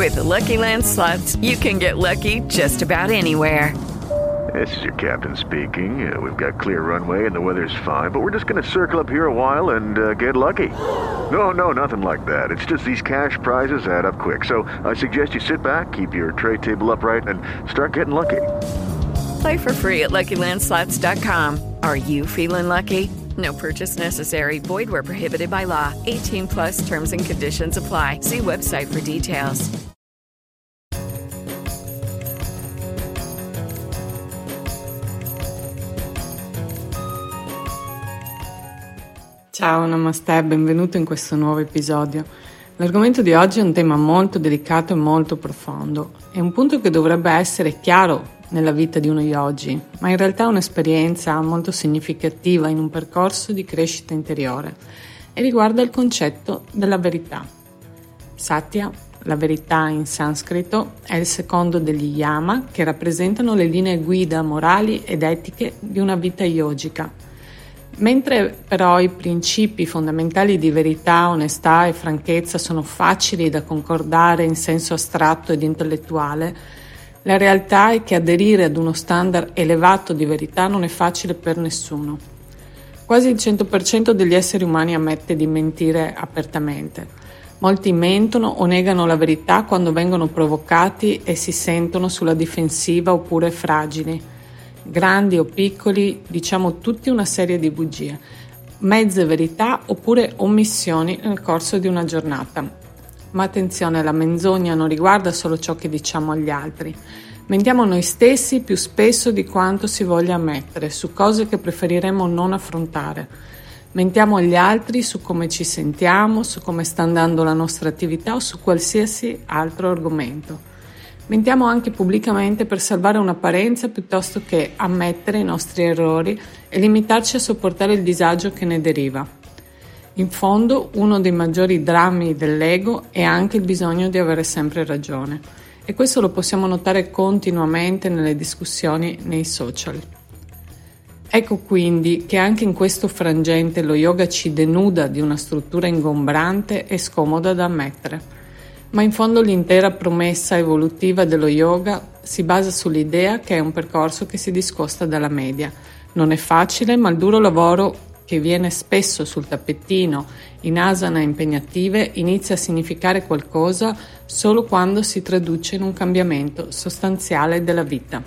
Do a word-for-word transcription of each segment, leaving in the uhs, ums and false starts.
With Lucky Land Slots, you can get lucky just about anywhere. This is your captain speaking. Uh, we've got clear runway and the weather's fine, but we're just going to circle up here a while and uh, get lucky. No, no, nothing like that. It's just these cash prizes add up quick. So I suggest you sit back, keep your tray table upright, and start getting lucky. Play for free at Lucky Land Slots dot com. Are you feeling lucky? No purchase necessary. Void where prohibited by law. eighteen plus terms and conditions apply. See website for details. Ciao, namaste, benvenuto in questo nuovo episodio. L'argomento di oggi è un tema molto delicato e molto profondo. È un punto che dovrebbe essere chiaro nella vita di uno yogi, ma in realtà è un'esperienza molto significativa in un percorso di crescita interiore e riguarda il concetto della verità. Satya, la verità in sanscrito, è il secondo degli yama che rappresentano le linee guida morali ed etiche di una vita yogica. Mentre però i principi fondamentali di verità, onestà e franchezza sono facili da concordare in senso astratto ed intellettuale, la realtà è che aderire ad uno standard elevato di verità non è facile per nessuno. Quasi il cento per cento degli esseri umani ammette di mentire apertamente. Molti mentono o negano la verità quando vengono provocati e si sentono sulla difensiva oppure fragili. Grandi o piccoli, diciamo tutti una serie di bugie, mezze verità oppure omissioni nel corso di una giornata. Ma attenzione, la menzogna non riguarda solo ciò che diciamo agli altri. Mentiamo noi stessi più spesso di quanto si voglia ammettere, su cose che preferiremmo non affrontare. Mentiamo agli altri su come ci sentiamo, su come sta andando la nostra attività o su qualsiasi altro argomento. Mentiamo anche pubblicamente per salvare un'apparenza piuttosto che ammettere i nostri errori e limitarci a sopportare il disagio che ne deriva. In fondo, uno dei maggiori drammi dell'ego è anche il bisogno di avere sempre ragione, e questo lo possiamo notare continuamente nelle discussioni nei social. Ecco quindi che anche in questo frangente lo yoga ci denuda di una struttura ingombrante e scomoda da ammettere. Ma in fondo l'intera promessa evolutiva dello yoga si basa sull'idea che è un percorso che si discosta dalla media. Non è facile, ma il duro lavoro che viene spesso sul tappettino in asana impegnative inizia a significare qualcosa solo quando si traduce in un cambiamento sostanziale della vita.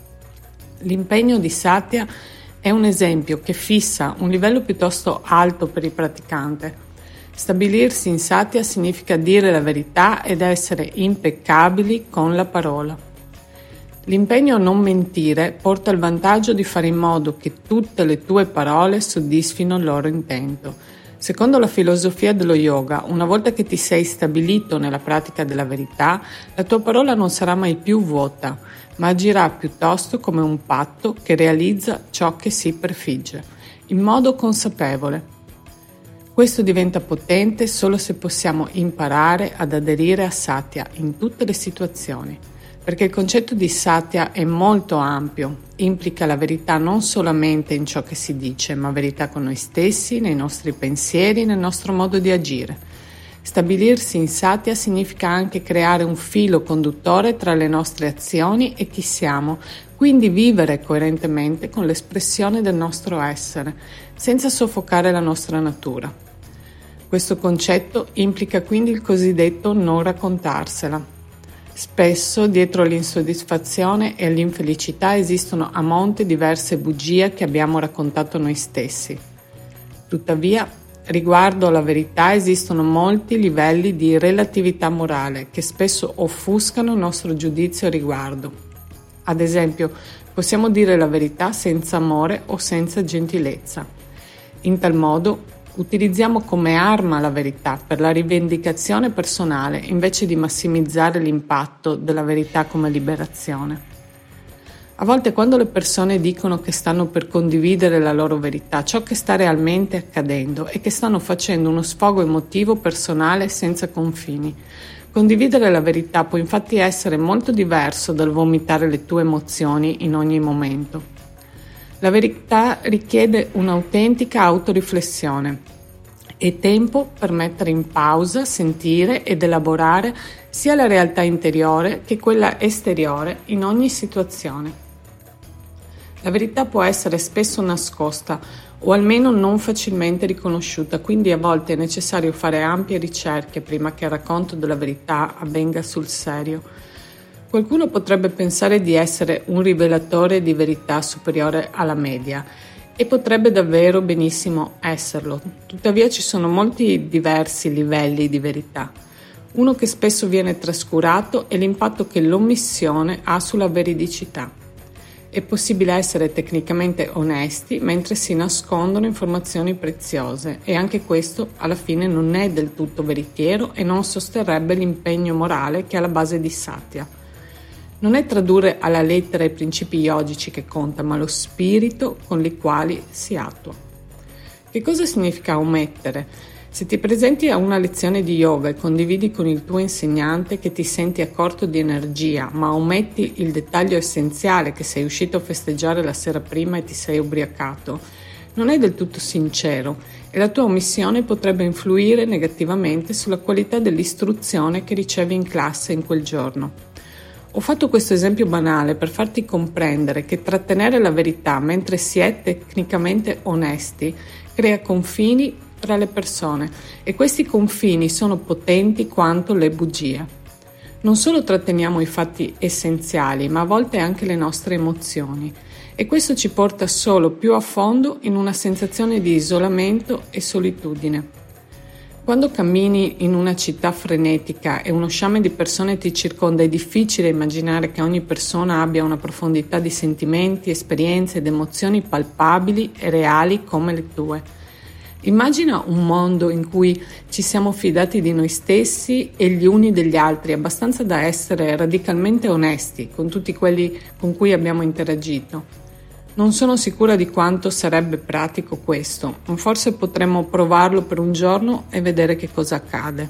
L'impegno di Satya è un esempio che fissa un livello piuttosto alto per il praticante. Stabilirsi in Satya significa dire la verità ed essere impeccabili con la parola. L'impegno a non mentire porta il vantaggio di fare in modo che tutte le tue parole soddisfino il loro intento. Secondo la filosofia dello yoga, una volta che ti sei stabilito nella pratica della verità, la tua parola non sarà mai più vuota, ma agirà piuttosto come un patto che realizza ciò che si prefigge, in modo consapevole. Questo diventa potente solo se possiamo imparare ad aderire a Satya in tutte le situazioni, perché il concetto di Satya è molto ampio, implica la verità non solamente in ciò che si dice, ma verità con noi stessi, nei nostri pensieri, nel nostro modo di agire. Stabilirsi in Satya significa anche creare un filo conduttore tra le nostre azioni e chi siamo, quindi vivere coerentemente con l'espressione del nostro essere, senza soffocare la nostra natura. Questo concetto implica quindi il cosiddetto non raccontarsela. Spesso dietro l'insoddisfazione e l'infelicità esistono a monte diverse bugie che abbiamo raccontato noi stessi. Tuttavia, riguardo alla verità esistono molti livelli di relatività morale che spesso offuscano il nostro giudizio a riguardo. Ad esempio, possiamo dire la verità senza amore o senza gentilezza. In tal modo, utilizziamo come arma la verità per la rivendicazione personale invece di massimizzare l'impatto della verità come liberazione. A volte quando le persone dicono che stanno per condividere la loro verità, ciò che sta realmente accadendo è che stanno facendo uno sfogo emotivo personale senza confini. Condividere la verità può infatti essere molto diverso dal vomitare le tue emozioni in ogni momento. La verità richiede un'autentica autoriflessione. e tempo per mettere in pausa, sentire ed elaborare sia la realtà interiore che quella esteriore in ogni situazione. La verità può essere spesso nascosta o almeno non facilmente riconosciuta, quindi a volte è necessario fare ampie ricerche prima che il racconto della verità avvenga sul serio. Qualcuno potrebbe pensare di essere un rivelatore di verità superiore alla media e potrebbe davvero benissimo esserlo. Tuttavia ci sono molti diversi livelli di verità. Uno che spesso viene trascurato è l'impatto che l'omissione ha sulla veridicità. È possibile essere tecnicamente onesti mentre si nascondono informazioni preziose e anche questo alla fine non è del tutto veritiero e non sosterrebbe l'impegno morale che è alla base di Satya. Non è tradurre alla lettera i principi yogici che conta, ma lo spirito con i quali si attua. Che cosa significa omettere? Se ti presenti a una lezione di yoga e condividi con il tuo insegnante che ti senti a corto di energia, ma ometti il dettaglio essenziale che sei uscito a festeggiare la sera prima e ti sei ubriacato, non è del tutto sincero e la tua omissione potrebbe influire negativamente sulla qualità dell'istruzione che ricevi in classe in quel giorno. Ho fatto questo esempio banale per farti comprendere che trattenere la verità mentre si è tecnicamente onesti crea confini tra le persone e questi confini sono potenti quanto le bugie. Non solo tratteniamo i fatti essenziali, ma a volte anche le nostre emozioni e questo ci porta solo più a fondo in una sensazione di isolamento e solitudine. Quando cammini in una città frenetica e uno sciame di persone ti circonda, è difficile immaginare che ogni persona abbia una profondità di sentimenti, esperienze ed emozioni palpabili e reali come le tue. Immagina un mondo in cui ci siamo fidati di noi stessi e gli uni degli altri, abbastanza da essere radicalmente onesti con tutti quelli con cui abbiamo interagito. Non sono sicura di quanto sarebbe pratico questo, ma forse potremmo provarlo per un giorno e vedere che cosa accade.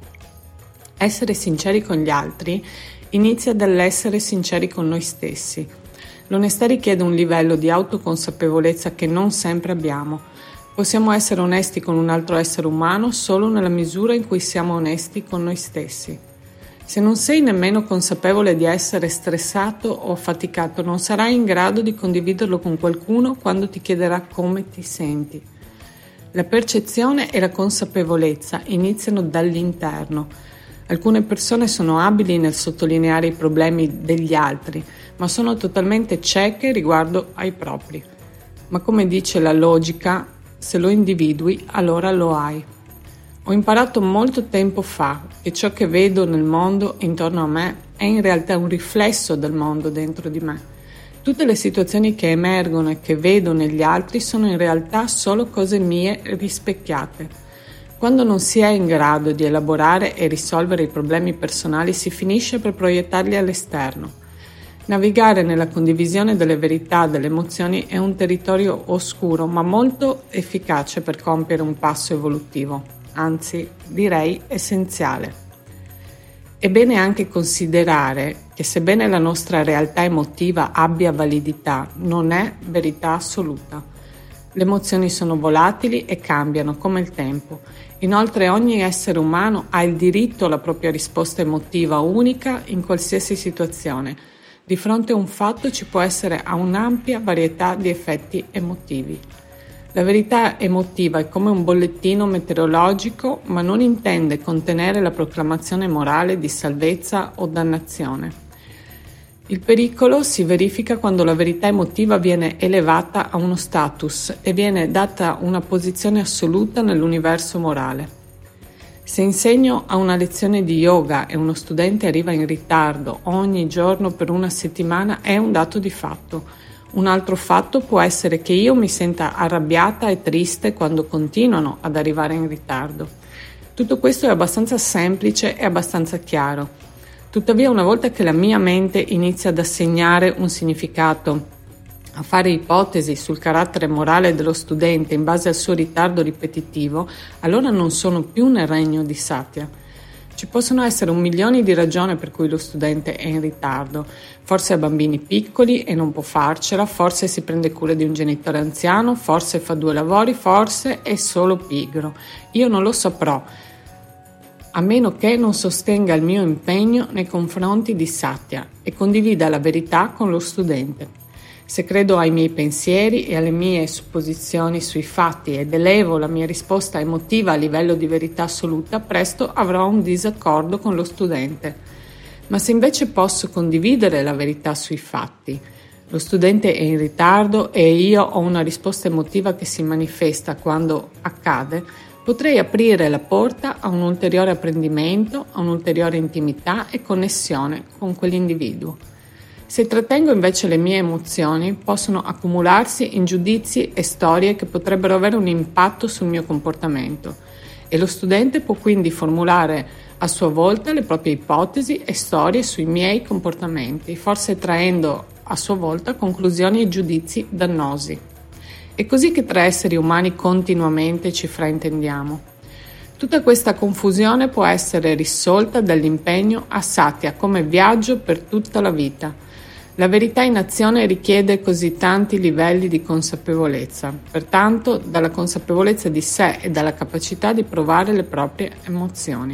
Essere sinceri con gli altri inizia dall'essere sinceri con noi stessi. L'onestà richiede un livello di autoconsapevolezza che non sempre abbiamo. Possiamo essere onesti con un altro essere umano solo nella misura in cui siamo onesti con noi stessi. Se non sei nemmeno consapevole di essere stressato o affaticato, non sarai in grado di condividerlo con qualcuno quando ti chiederà come ti senti. La percezione e la consapevolezza iniziano dall'interno. Alcune persone sono abili nel sottolineare i problemi degli altri, ma sono totalmente cieche riguardo ai propri. Ma come dice la logica, se lo individui, allora lo hai. Ho imparato molto tempo fa che ciò che vedo nel mondo intorno a me è in realtà un riflesso del mondo dentro di me. Tutte le situazioni che emergono e che vedo negli altri sono in realtà solo cose mie rispecchiate. Quando non si è in grado di elaborare e risolvere i problemi personali, si finisce per proiettarli all'esterno. Navigare nella condivisione delle verità, delle emozioni è un territorio oscuro, ma molto efficace per compiere un passo evolutivo. Anzi, direi essenziale. È bene anche considerare che sebbene la nostra realtà emotiva abbia validità, non è verità assoluta. Le emozioni sono volatili e cambiano come il tempo. Inoltre ogni essere umano ha il diritto alla propria risposta emotiva unica in qualsiasi situazione. Di fronte a un fatto ci può essere un'ampia varietà di effetti emotivi. La verità emotiva è come un bollettino meteorologico, ma non intende contenere la proclamazione morale di salvezza o dannazione. Il pericolo si verifica quando la verità emotiva viene elevata a uno status e viene data una posizione assoluta nell'universo morale. Se insegno a una lezione di yoga e uno studente arriva in ritardo ogni giorno per una settimana, è un dato di fatto. Un altro fatto può essere che io mi senta arrabbiata e triste quando continuano ad arrivare in ritardo. Tutto questo è abbastanza semplice e abbastanza chiaro. Tuttavia, una volta che la mia mente inizia ad assegnare un significato, a fare ipotesi sul carattere morale dello studente in base al suo ritardo ripetitivo, allora non sono più nel regno di Satya. Ci possono essere un milione di ragioni per cui lo studente è in ritardo. Forse ha bambini piccoli e non può farcela, forse si prende cura di un genitore anziano, forse fa due lavori, forse è solo pigro. Io non lo saprò, a meno che non sostenga il mio impegno nei confronti di Satya e condivida la verità con lo studente. Se credo ai miei pensieri e alle mie supposizioni sui fatti ed elevo la mia risposta emotiva a livello di verità assoluta, presto avrò un disaccordo con lo studente. Ma se invece posso condividere la verità sui fatti, lo studente è in ritardo e io ho una risposta emotiva che si manifesta quando accade, potrei aprire la porta a un ulteriore apprendimento, a un'ulteriore intimità e connessione con quell'individuo. Se trattengo invece le mie emozioni, possono accumularsi in giudizi e storie che potrebbero avere un impatto sul mio comportamento e lo studente può quindi formulare a sua volta le proprie ipotesi e storie sui miei comportamenti, forse traendo a sua volta conclusioni e giudizi dannosi. È così che tra esseri umani continuamente ci fraintendiamo. Tutta questa confusione può essere risolta dall'impegno a Satya come viaggio per tutta la vita. La verità in azione richiede così tanti livelli di consapevolezza, pertanto dalla consapevolezza di sé e dalla capacità di provare le proprie emozioni.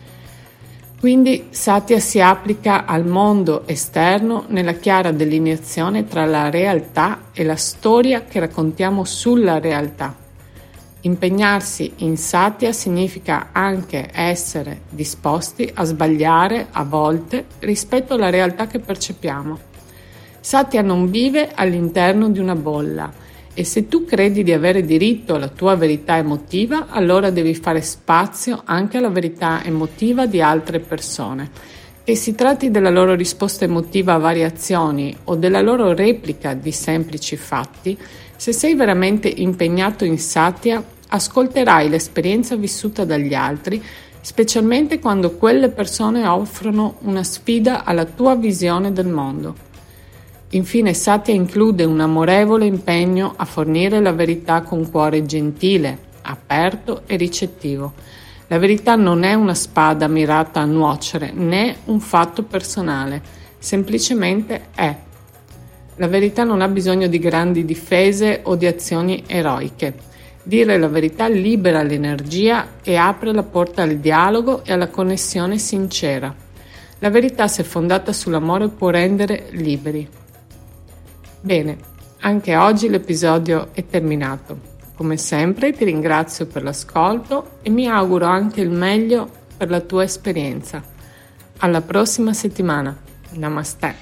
Quindi Satya si applica al mondo esterno nella chiara delineazione tra la realtà e la storia che raccontiamo sulla realtà. Impegnarsi in Satya significa anche essere disposti a sbagliare a volte rispetto alla realtà che percepiamo. Satya non vive all'interno di una bolla e se tu credi di avere diritto alla tua verità emotiva, allora devi fare spazio anche alla verità emotiva di altre persone. Che si tratti della loro risposta emotiva a variazioni o della loro replica di semplici fatti, se sei veramente impegnato in Satya, ascolterai l'esperienza vissuta dagli altri, specialmente quando quelle persone offrono una sfida alla tua visione del mondo. Infine, Satya include un amorevole impegno a fornire la verità con cuore gentile, aperto e ricettivo. La verità non è una spada mirata a nuocere, né un fatto personale, semplicemente è. La verità non ha bisogno di grandi difese o di azioni eroiche. Dire la verità libera l'energia e apre la porta al dialogo e alla connessione sincera. La verità, se fondata sull'amore, può rendere liberi. Bene, anche oggi l'episodio è terminato. Come sempre ti ringrazio per l'ascolto e mi auguro anche il meglio per la tua esperienza. Alla prossima settimana. Namaste.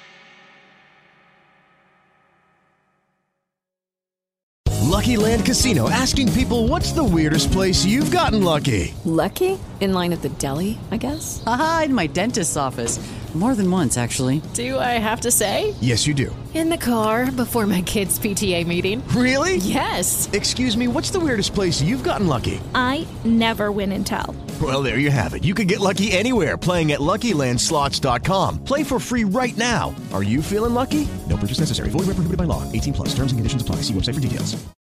Lucky Land Casino, asking people, what's the weirdest place you've gotten lucky? Lucky? In line at the deli, I guess? Aha, in my dentist's office. More than once, actually. Do I have to say? Yes, you do. In the car before my kids' P T A meeting. Really? Yes. Excuse me, what's the weirdest place you've gotten lucky? I never win and tell. Well, there you have it. You can get lucky anywhere, playing at Lucky Land Slots dot com. Play for free right now. Are you feeling lucky? No purchase necessary. Void where prohibited by law. eighteen plus. Terms and conditions apply. See website for details.